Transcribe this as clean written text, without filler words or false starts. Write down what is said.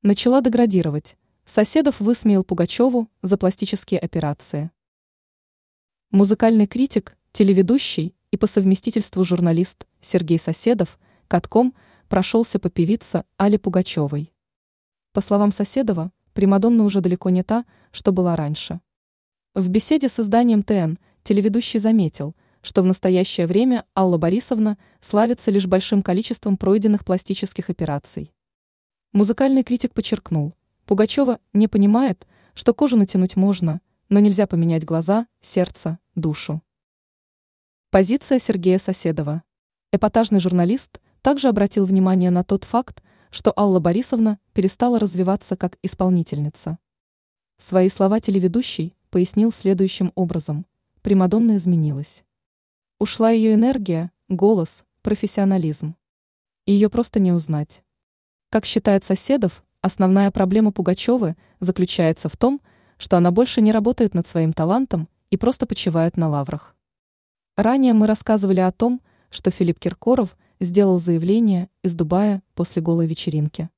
начала деградировать. Соседов высмеял Пугачеву за пластические операции. Музыкальный критик, телеведущий и по совместительству журналист Сергей Соседов катком прошелся по певице Алле Пугачевой. По словам Соседова, примадонна уже далеко не та, что была раньше. В беседе с изданием ТН телеведущий заметил, что в настоящее время Алла Борисовна славится лишь большим количеством пройденных пластических операций. Музыкальный критик подчеркнул, Пугачева не понимает, что кожу натянуть можно, но нельзя поменять глаза, сердце, душу. Позиция Сергея Соседова. Эпатажный журналист также обратил внимание на тот факт, что Алла Борисовна перестала развиваться как исполнительница. Свои слова телеведущий пояснил следующим образом. Примадонна изменилась. Ушла ее энергия, голос, профессионализм. Ее просто не узнать. Как считает Соседов, основная проблема Пугачевой заключается в том, что она больше не работает над своим талантом и просто почивает на лаврах. Ранее мы рассказывали о том, что Филипп Киркоров сделал заявление из Дубая после голой вечеринки.